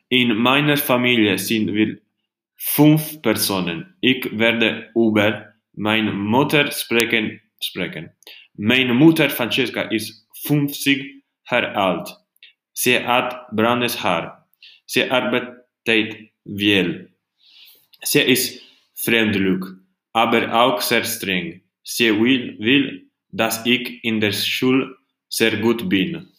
In meiner Familie sind wir 5 Personen. Ich werde über meine Mutter sprechen. Meine Mutter Francesca ist 50 Jahre alt. Sie hat braunes Haar. Sie arbeitet viel. Sie ist freundlich, aber auch sehr streng. Sie will, dass ich in der Schule sehr gut bin.